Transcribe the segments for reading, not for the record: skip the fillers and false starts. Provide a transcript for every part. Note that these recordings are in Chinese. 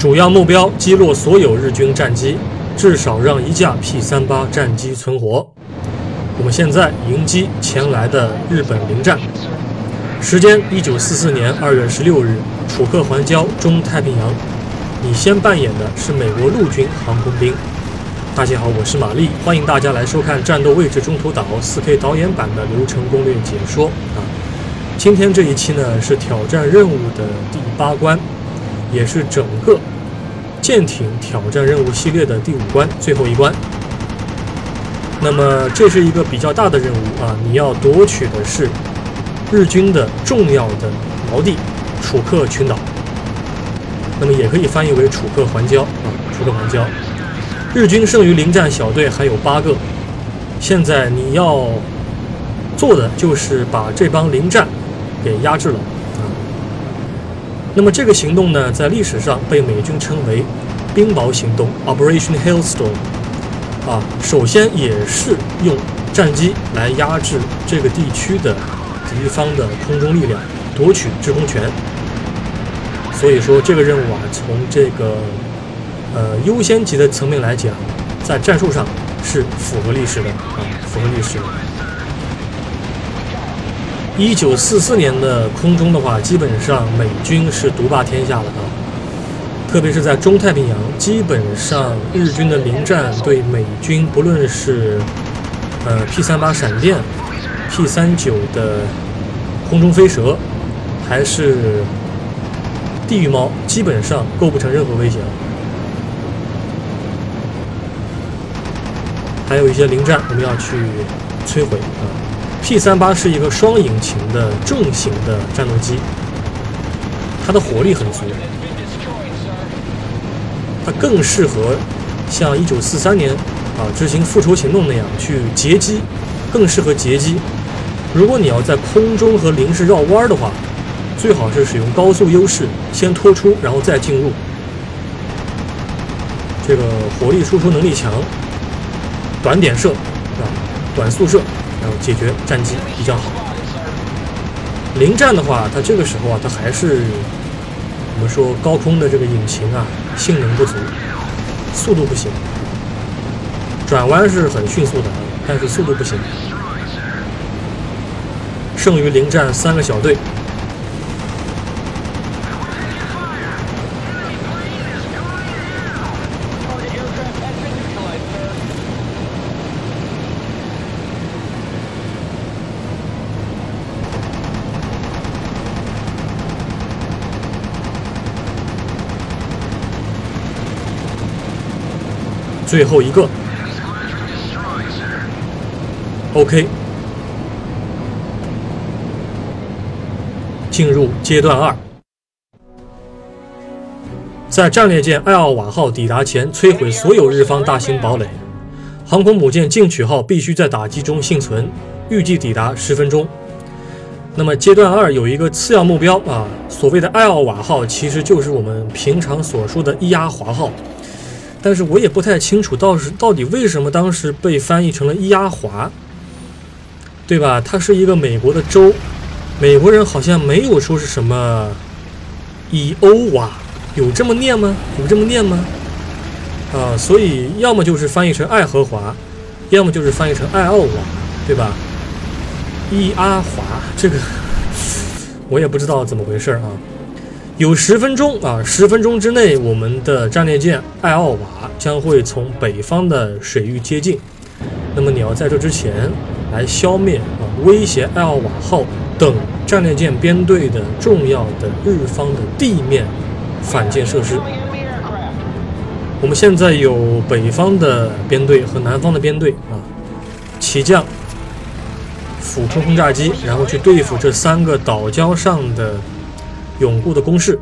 主要目标击落所有日军战机，至少让一架 P-38 战机存活。我们现在迎击前来的日本临战。时间1944年2月16日，楚克环礁中太平洋。你先扮演的是美国陆军航空兵。大家好，我是玛丽，欢迎大家来收看《战斗位置中途岛》4K 导演版的流程攻略解说今天这一期呢是挑战任务的第8关，也是整个舰艇挑战任务系列的第5关，最后一关。那么这是一个比较大的任务你要夺取的是日军的重要的锚地楚克群岛，那么也可以翻译为楚克环礁楚克环礁。日军剩余临战小队还有8个，现在你要做的就是把这帮临战给压制了那么这个行动呢，在历史上被美军称为冰雹行动 Operation Hailstorm 首先也是用战机来压制这个地区的敌方的空中力量，夺取制空权。所以说这个任务从这个优先级的层面来讲，在战术上是符合历史的符合历史的。1944年的空中的话，基本上美军是独霸天下的特别是在中太平洋，基本上日军的临战对美军，不论是P-38闪电、P-39的空中飞蛇，还是地狱猫，基本上构不成任何威胁。还有一些临战我们要去摧毁P-38是一个双引擎的重型的战斗机，它的火力很足，它更适合像1943年执行复仇行动那样去截击，更适合截击。如果你要在空中和临时绕弯的话，最好是使用高速优势，先拖出然后再进入，这个火力输出能力强，短点射短速射，然后解决战机比较好。临战的话，它这个时候它还是我们说高空的这个引擎性能不足，速度不行，转弯是很迅速的但是速度不行。剩余临战3个小队，最后一个 OK， 进入阶段2。在战列舰艾奥瓦号抵达前，摧毁所有日方大型堡垒。航空母舰进取号必须在打击中幸存，预计抵达10分钟。那么阶段2有一个次要目标所谓的艾奥瓦号其实就是我们平常所说的伊阿华号，但是我也不太清楚到底为什么当时被翻译成了伊阿华，对吧？它是一个美国的州，美国人好像没有说是什么伊欧瓦，有这么念吗？所以要么就是翻译成爱荷华，要么就是翻译成爱奥瓦，对吧？伊阿华这个我也不知道怎么回事有10分钟10分钟之内，我们的战列舰艾奥瓦将会从北方的水域接近。那么你要在这之前来消灭威胁艾奥瓦号等战列舰编队的重要的日方的地面反舰设施。我们现在有北方的编队和南方的编队起降俯冲轰炸机，然后去对付这3个岛礁上的永固的工事。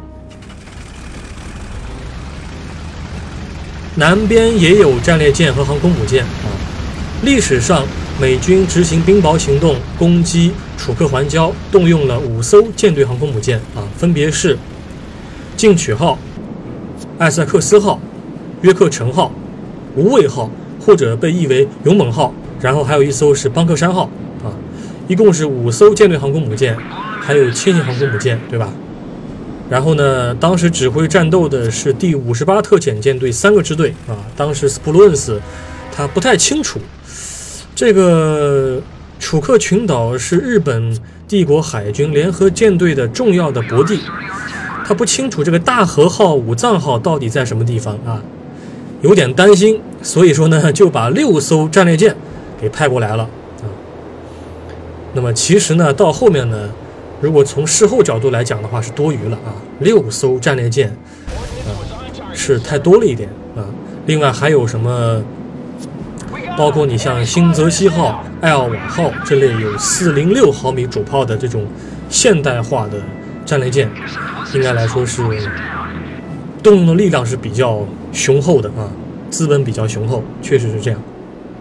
南边也有战列舰和航空母舰历史上美军执行冰雹行动攻击楚克环礁，动用了5艘舰队航空母舰分别是进取号、艾塞克斯号、约克城号、无畏号，或者被译为勇猛号，然后还有1艘是邦克山号一共是5艘舰队航空母舰，还有轻型航空母舰，对吧？ 然后呢，当时指挥战斗的是第58特遣舰队3个支队啊。当时斯普鲁恩斯他不太清楚，这个楚克群岛是日本帝国海军联合舰队的重要的泊地，他不清楚这个大和号、武藏号到底在什么地方啊，有点担心，所以说呢，就把6艘战列舰给派过来了啊。那么其实呢，到后面呢，如果从事后角度来讲的话，是多余了啊，6艘战列舰是太多了一点啊。另外还有什么？包括你像新泽西号、艾奥瓦号这类有406毫米主炮的这种现代化的战列舰，应该来说是动用的力量是比较雄厚的啊，资本比较雄厚，确实是这样。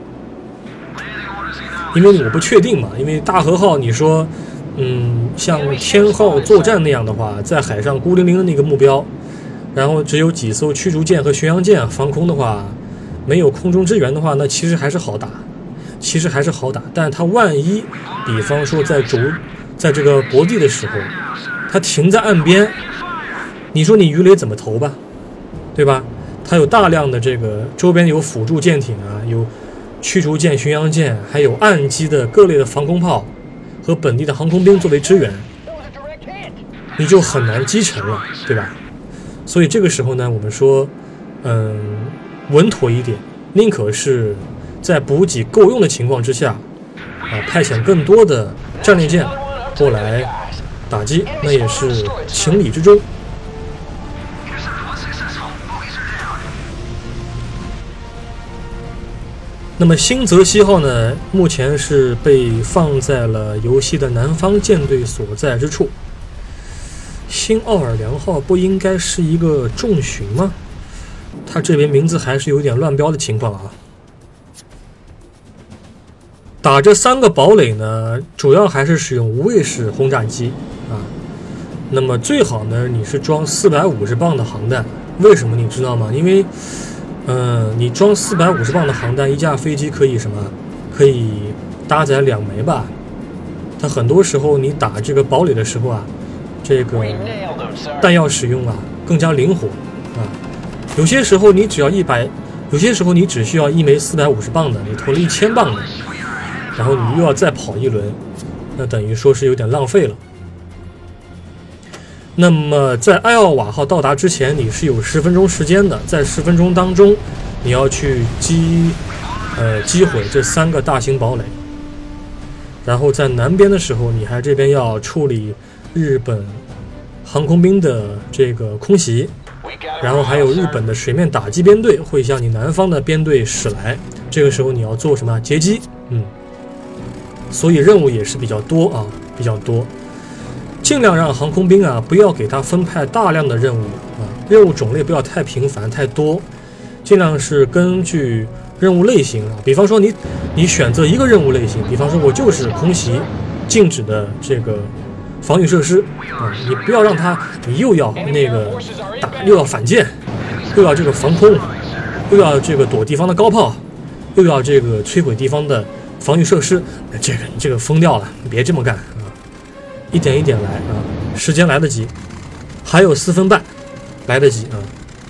因为我不确定嘛，因为大和号你说，像天号作战那样的话，在海上孤零零的那个目标，然后只有几艘驱逐舰和巡洋舰防空的话，没有空中支援的话，那其实还是好打，但是它万一，比方说在这个泊地的时候，它停在岸边，你说你鱼雷怎么投吧，对吧？它有大量的这个周边有辅助舰艇啊，有驱逐舰、巡洋舰，还有岸基的各类的防空炮和本地的航空兵作为支援，你就很难击沉了，对吧？所以这个时候呢，我们说，稳妥一点，宁可是在补给够用的情况之下，派遣更多的战列舰过来打击，那也是情理之中。那么新泽西号呢，目前是被放在了游戏的南方舰队所在之处。新奥尔良号不应该是一个重巡吗？它这边名字还是有点乱标的情况啊。打这3个堡垒呢，主要还是使用无畏式轰炸机啊。那么最好呢，你是装450磅的航弹。为什么你知道吗？因为你装450磅的航弹，一架飞机可以什么？可以搭载2枚吧。它很多时候你打这个堡垒的时候啊，这个弹药使用啊更加灵活啊。有些时候你只需要1枚450磅的，你投了1000磅的，然后你又要再跑一轮，那等于说是有点浪费了。那么在埃奥瓦号到达之前，你是有10分钟时间的，在10分钟当中，你要去击毁这3个大型堡垒。然后在南边的时候，你还这边要处理日本航空兵的这个空袭，然后还有日本的水面打击编队会向你南方的编队驶来，这个时候你要做什么？截击。所以任务也是比较多啊，尽量让航空兵啊不要给他分派大量的任务啊，任务种类不要太频繁太多，尽量是根据任务类型啊，比方说你选择一个任务类型，比方说我就是空袭静止的这个防御设施啊，你不要让他你又要那个打，又要反舰，又要这个防空，又要这个躲地方的高炮，又要这个摧毁地方的防御设施，这个疯掉了，你别这么干啊，一点一点来啊，时间来得及，还有4分半，来得及啊。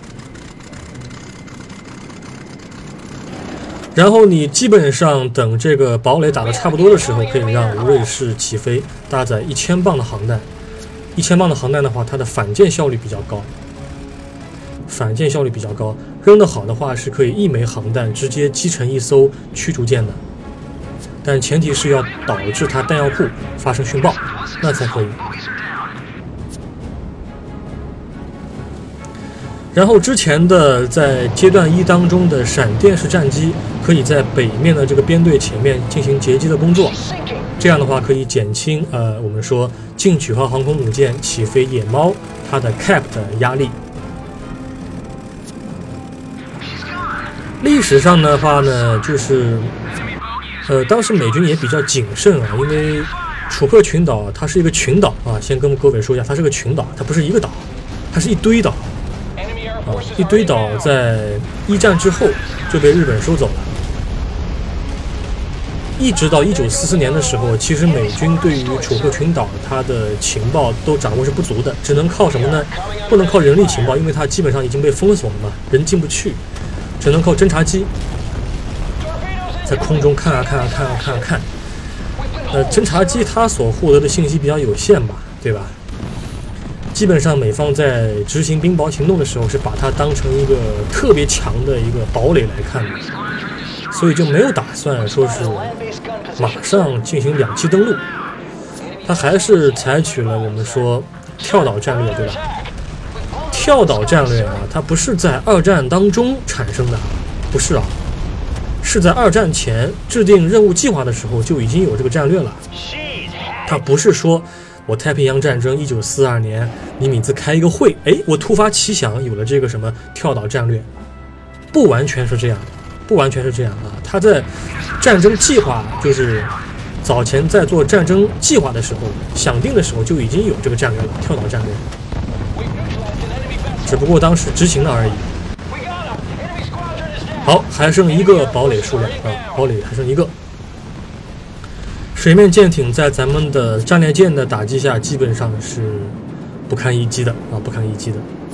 然后你基本上等这个堡垒打得差不多的时候，可以让无畏式起飞，搭载1000磅的航弹。1000磅的航弹的话，它的反舰效率比较高，扔得好的话是可以1枚航弹直接击沉1艘驱逐舰的，但前提是要导致它弹药库发生殉爆，那才可以。然后之前的在阶段1当中的闪电式战机，可以在北面的这个编队前面进行截击的工作，这样的话可以减轻我们说进取号航空母舰起飞野猫它的 cap 的压力。历史上的话呢，就是当时美军也比较谨慎啊，因为楚克群岛它是一个群岛啊，先跟各位说一下，它是个群岛，它不是一个岛，它是一堆岛啊，一堆岛在1战之后就被日本收走了。 一直到1944年的时候，其实美军对于楚克群岛它的情报都掌握是不足的，只能靠什么呢？不能靠人力情报，因为它基本上已经被封锁了嘛，人进不去，只能靠侦察机在空中看。侦察机它所获得的信息比较有限吧，对吧？基本上美方在执行冰雹行动的时候，是把它当成一个特别强的一个堡垒来看的，所以就没有打算说是马上进行2栖登陆，它还是采取了我们说跳岛战略，对吧？跳岛战略啊，它不是在2战当中产生的，不是啊，是在2战前制定任务计划的时候就已经有这个战略了。它不是说我太平洋战争1942年尼米兹开一个会，我突发奇想有了这个什么跳岛战略，不完全是这样啊。他在战争计划，就是早前在做战争计划的时候想定的时候就已经有这个战略了，跳岛战略，只不过当时执行了而已。好，还剩一个堡垒数量啊，堡垒还剩一个。水面舰艇在咱们的战列舰的打击下，基本上是不堪一击的啊，不堪一击的。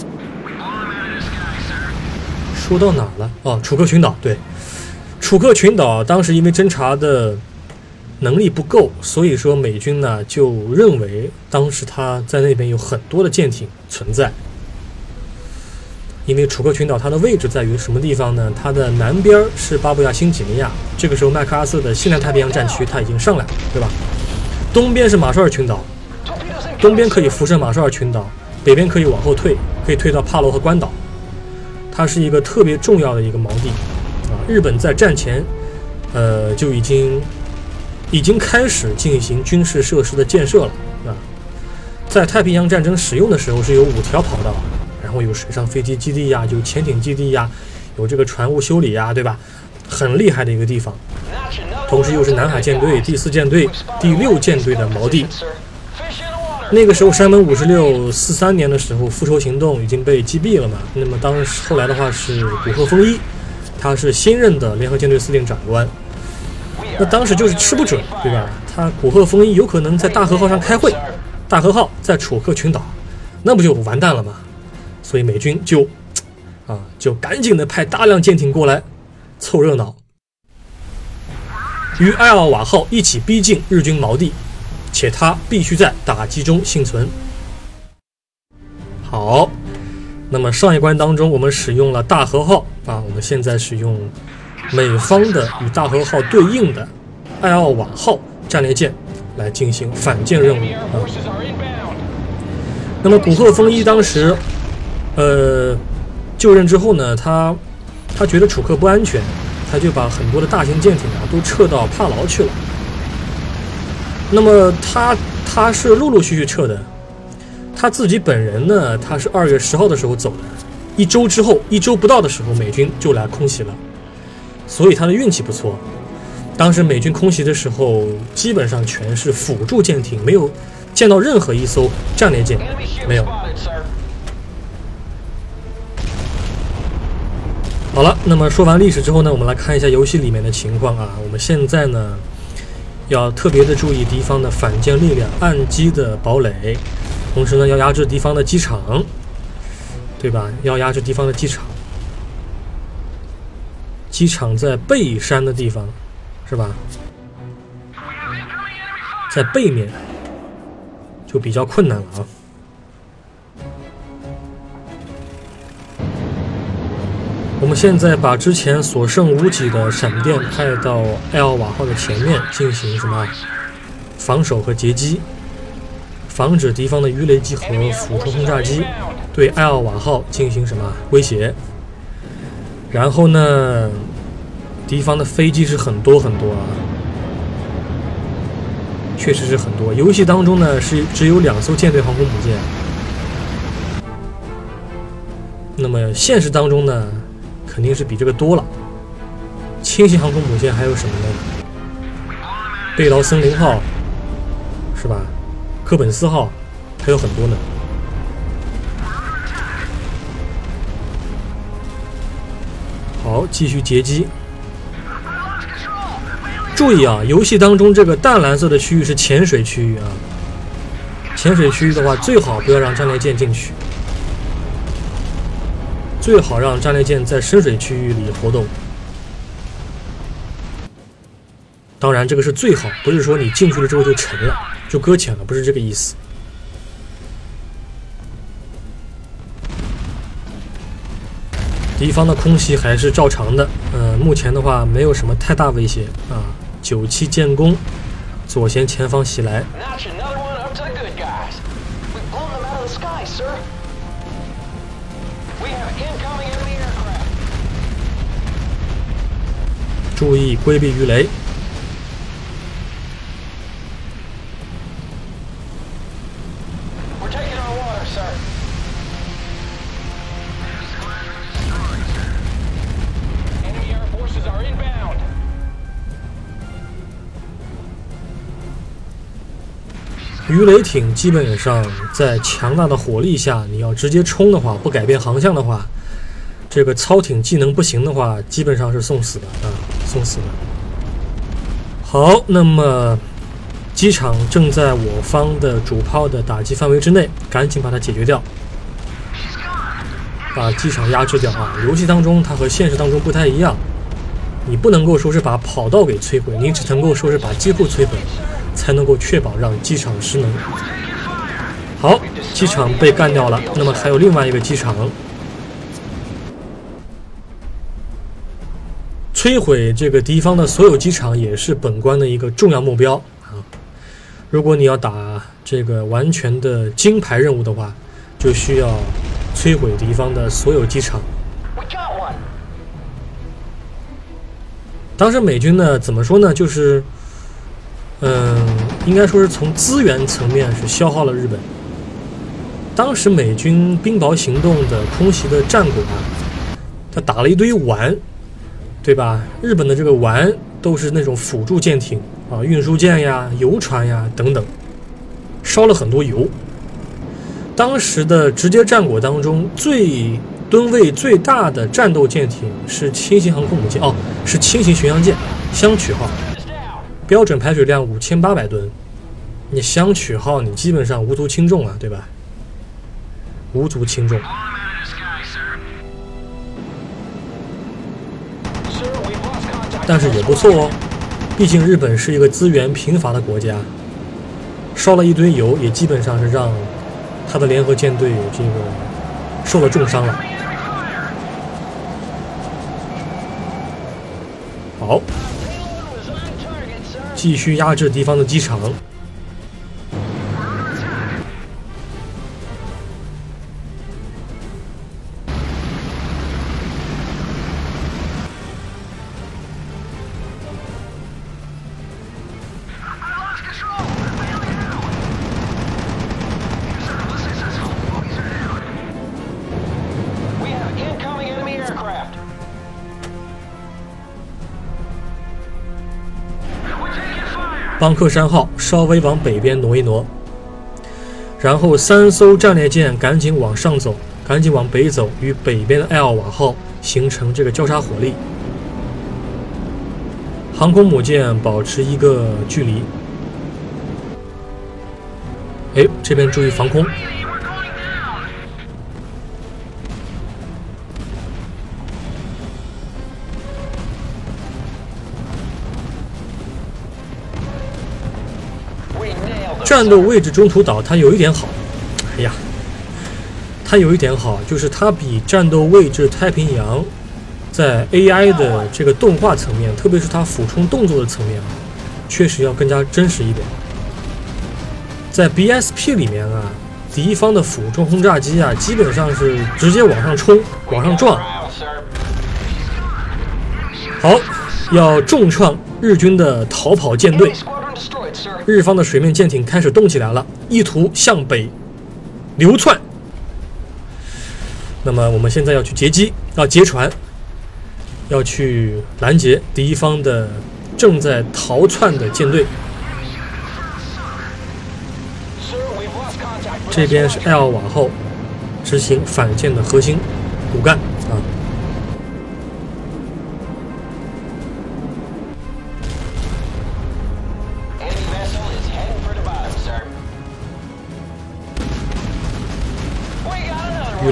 说到哪了？哦，楚克群岛，对，楚克群岛当时因为侦察的能力不够，所以说美军呢就认为当时他在那边有很多的舰艇存在。因为楚克群岛它的位置在于什么地方呢？它的南边是巴布亚新几内亚，这个时候麦克阿瑟的西南太平洋战区它已经上来了，对吧？东边是马绍尔群岛，东边可以辐射马绍尔群岛，北边可以往后退，可以退到帕罗和关岛，它是一个特别重要的一个锚地啊。日本在战前，就已经开始进行军事设施的建设了啊。在太平洋战争使用的时候是有5条跑道。然后有水上飞机基地呀，有潜艇基地呀，有这个船坞修理呀，对吧？很厉害的一个地方。同时又是南海舰队第4舰队、第6舰队的锚地。那个时候山本五十六43年的时候，复仇行动已经被击毙了嘛。那么后来的话是古贺丰一，他是新任的联合舰队司令长官。那当时就是吃不准，对吧？他古贺丰一有可能在大和号上开会，大和号在楚克群岛，那不就完蛋了吗？所以美军就赶紧的派大量舰艇过来凑热闹，与艾奥瓦号一起逼近日军锚地，且它必须在打击中幸存。好，那么上一关当中我们使用了大和号啊，我们现在使用美方的与大和号对应的艾奥瓦号战列舰来进行反舰任务啊。那么古贺丰一当时就任之后呢，他觉得楚克不安全，他就把很多的大型舰艇都撤到帕劳去了。那么他是陆陆续续撤的，他自己本人呢，他是2月10号的时候走的，1周之后，1周不到的时候，美军就来空袭了，所以他的运气不错。当时美军空袭的时候，基本上全是辅助舰艇，没有见到任何一艘战列舰，没有。好了，那么说完历史之后呢，我们来看一下游戏里面的情况啊。我们现在呢要特别的注意敌方的反舰力量、岸基的堡垒，同时呢要压制敌方的机场，对吧？要压制敌方的机场。机场在背山的地方，是吧？在背面就比较困难了啊。我们现在把之前所剩无几的闪电派到艾奥瓦号的前面进行什么防守和截击，防止敌方的鱼雷机和俯冲轰炸机对艾奥瓦号进行什么威胁。然后呢，敌方的飞机是很多很多啊，确实是很多。游戏当中呢是只有2艘舰队航空母舰，那么现实当中呢肯定是比这个多了。轻型航空母舰还有什么呢？贝劳森林号，是吧？科本斯号，还有很多呢。好，继续截击。 注意啊，游戏当中这个淡蓝色的区域是潜水区域啊。潜水区域的话，最好不要让战列舰进去，最好让战列舰在深水区域里活动。当然，这个是最好，不是说你进去了之后就沉了，就搁浅了，不是这个意思。敌方的空袭还是照常的，目前的话没有什么太大威胁啊。97建功，左舷前方袭来。注意规避鱼雷。鱼雷艇基本上在强大的火力下，你要直接冲的话，不改变航向的话，这个操艇技能不行的话，基本上是送死的啊，送死的。好，那么机场正在我方的主炮的打击范围之内，赶紧把它解决掉，把机场压制掉啊！游戏当中它和现实当中不太一样，你不能够说是把跑道给摧毁，你只能够说是把机库摧毁，才能够确保让机场失能。好，机场被干掉了，那么还有另外一个机场。摧毁这个敌方的所有机场也是本关的一个重要目标啊！如果你要打这个完全的金牌任务的话，就需要摧毁敌方的所有机场。当时美军呢，怎么说呢？就是，应该说是从资源层面是消耗了日本。当时美军冰雹行动的空袭的战果啊，他打了一堆丸。对吧？日本的这个丸都是那种辅助舰艇啊，运输舰呀、游船呀等等，烧了很多油。当时的直接战果当中，吨位最大的战斗舰艇是轻型航空母舰哦，是轻型巡洋舰香取号，标准排水量5800吨。你香取号，你基本上无足轻重啊，对吧？无足轻重。但是也不错哦，毕竟日本是一个资源贫乏的国家，烧了一堆油，也基本上是让他的联合舰队这个受了重伤了。好，继续压制敌方的机场。邦克山号稍微往北边挪一挪，然后3艘战列舰赶紧往上走，赶紧往北走，与北边的艾奥瓦号形成这个交叉火力。航空母舰保持一个距离。哎，这边注意防空。战斗位置中途岛它有一点好，哎呀，它有一点好，就是它比战斗位置太平洋在 AI 的这个动画层面，特别是它俯冲动作的层面啊，确实要更加真实一点。在 BSP 里面啊，敌方的俯冲轰炸机啊，基本上是直接往上冲、往上撞。好，要重创日军的逃跑舰队。日方的水面舰艇开始动起来了，意图向北流窜。那么我们现在要去截击，要截船，要去拦截敌方的正在逃窜的舰队。这边是艾奥瓦号执行反舰的核心骨干啊。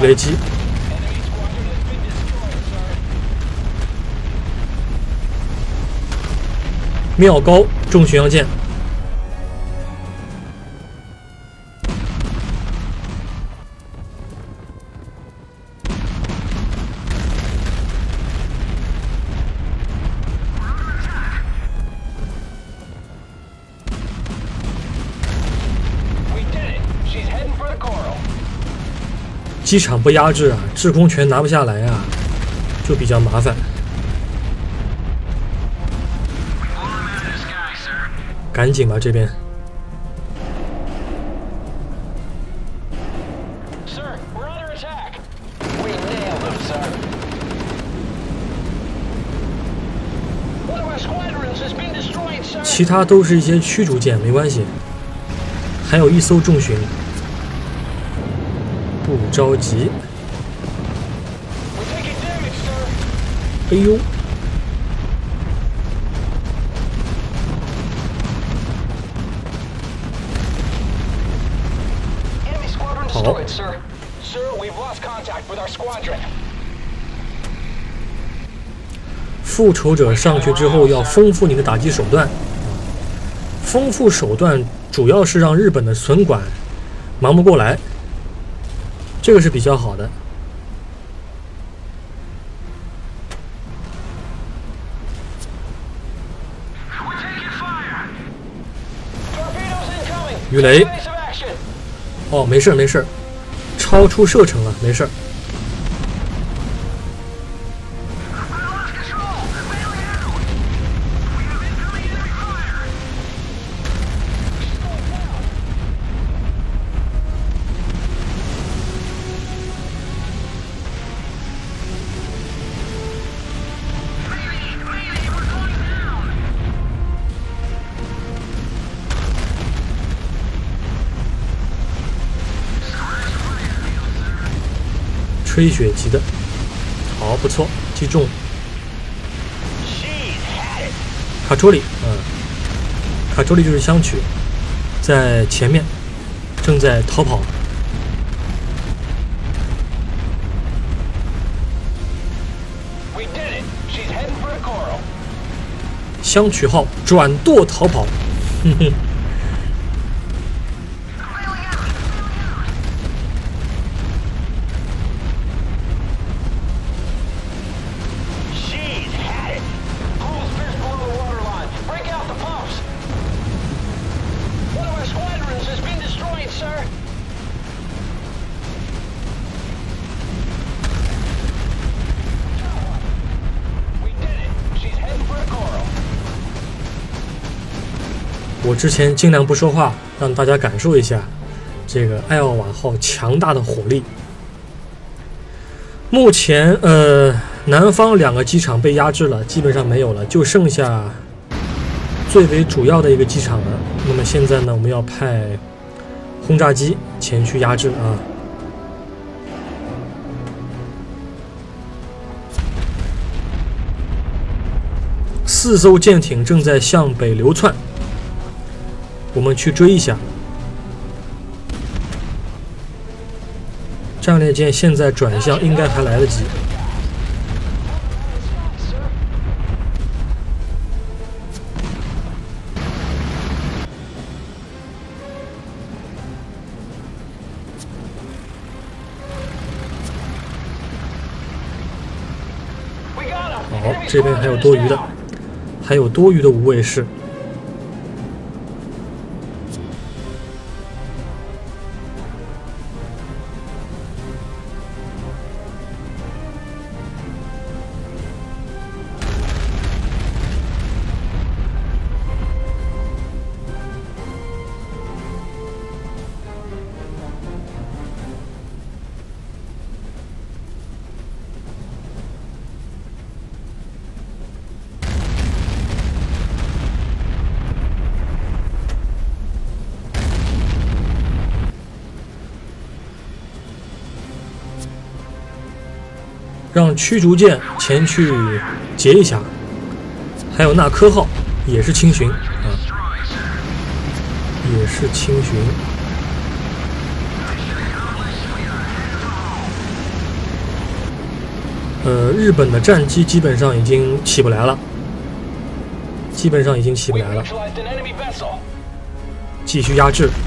雷机。妙高重巡洋舰。机场不压制啊，制空权拿不下来啊，就比较麻烦。赶紧吧，这边。其他都是一些驱逐舰，没关系。还有一艘重巡。不着急。哎呦！好。复仇者上去之后要丰富你的打击手段。丰富手段主要是让日本的损管忙不过来。这个是比较好的。鱼雷。哦，没事没事，超出射程了，没事。吹雪级的，好，不错，击中。卡卓里，卡卓里就是香曲，在前面，正在逃跑。香曲号转舵逃跑，哼哼。我之前尽量不说话，让大家感受一下这个艾奥瓦号强大的火力。目前南方2个机场被压制了，基本上没有了，就剩下最为主要的一个机场了。那么现在呢，我们要派轰炸机前去压制啊。4艘舰艇正在向北流窜。我们去追一下。战列舰现在转向应该还来得及。好，这边还有多余的，还有多余的无畏士。让驱逐舰前去截一下，还有纳科号也是轻巡啊，也是轻巡。 日本的战机基本上已经起不来了，继续压制。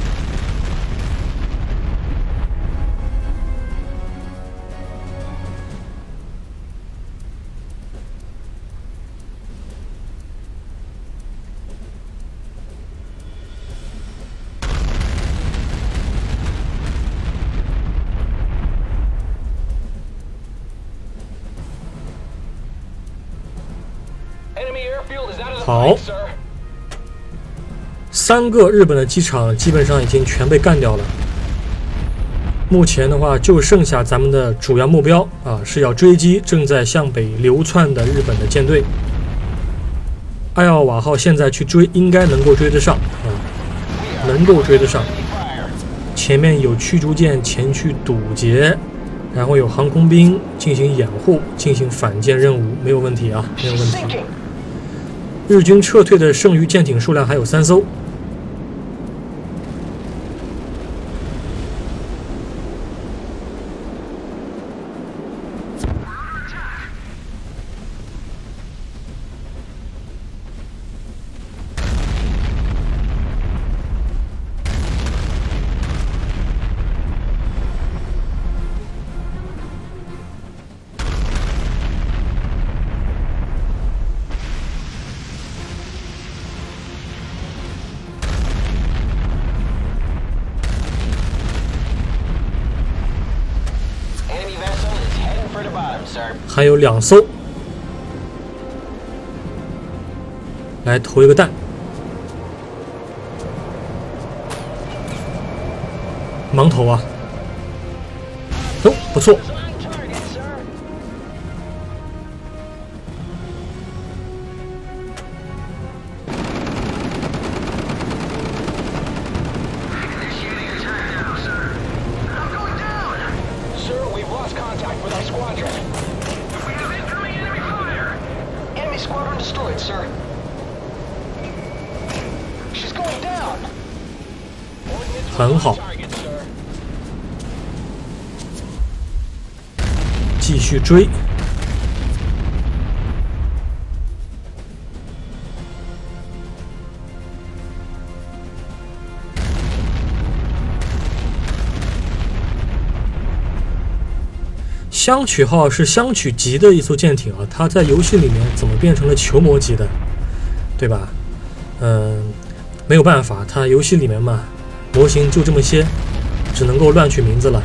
好，3个日本的机场基本上已经全被干掉了。目前的话，就剩下咱们的主要目标啊，是要追击正在向北流窜的日本的舰队。爱奥瓦号现在去追，应该能够追得上啊，能够追得上。前面有驱逐舰前去堵截，然后有航空兵进行掩护，进行反舰任务，没有问题啊，没有问题。日军撤退的剩余舰艇数量还有3艘。还有2艘，来投一个弹，盲投啊！哦，不错。很好，继续追。香取号是香取级的一艘舰艇啊，它在游戏里面怎么变成了球魔级的，对吧？没有办法，它游戏里面嘛，模型就这么些，只能够乱取名字了。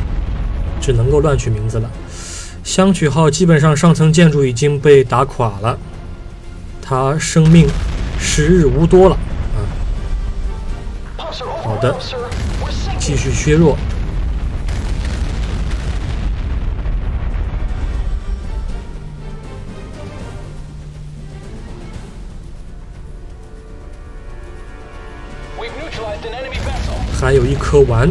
香取号基本上上层建筑已经被打垮了，它生命时日无多了啊。好的，继续削弱。还有1颗丸。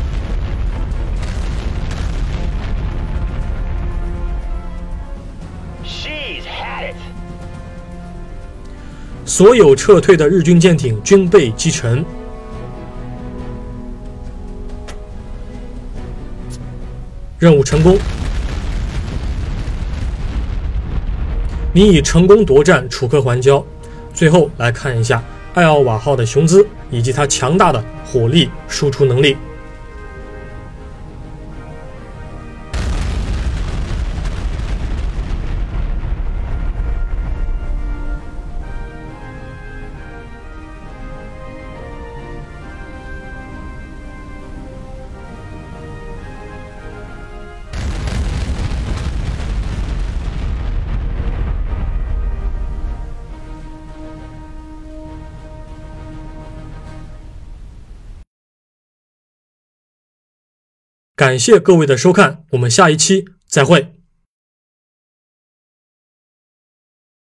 所有撤退的日军舰艇均被击沉。任务成功，你已成功夺占楚科环礁。最后来看一下爱奥瓦号的雄姿以及它强大的火力输出能力。感谢各位的收看，我们下一期再会。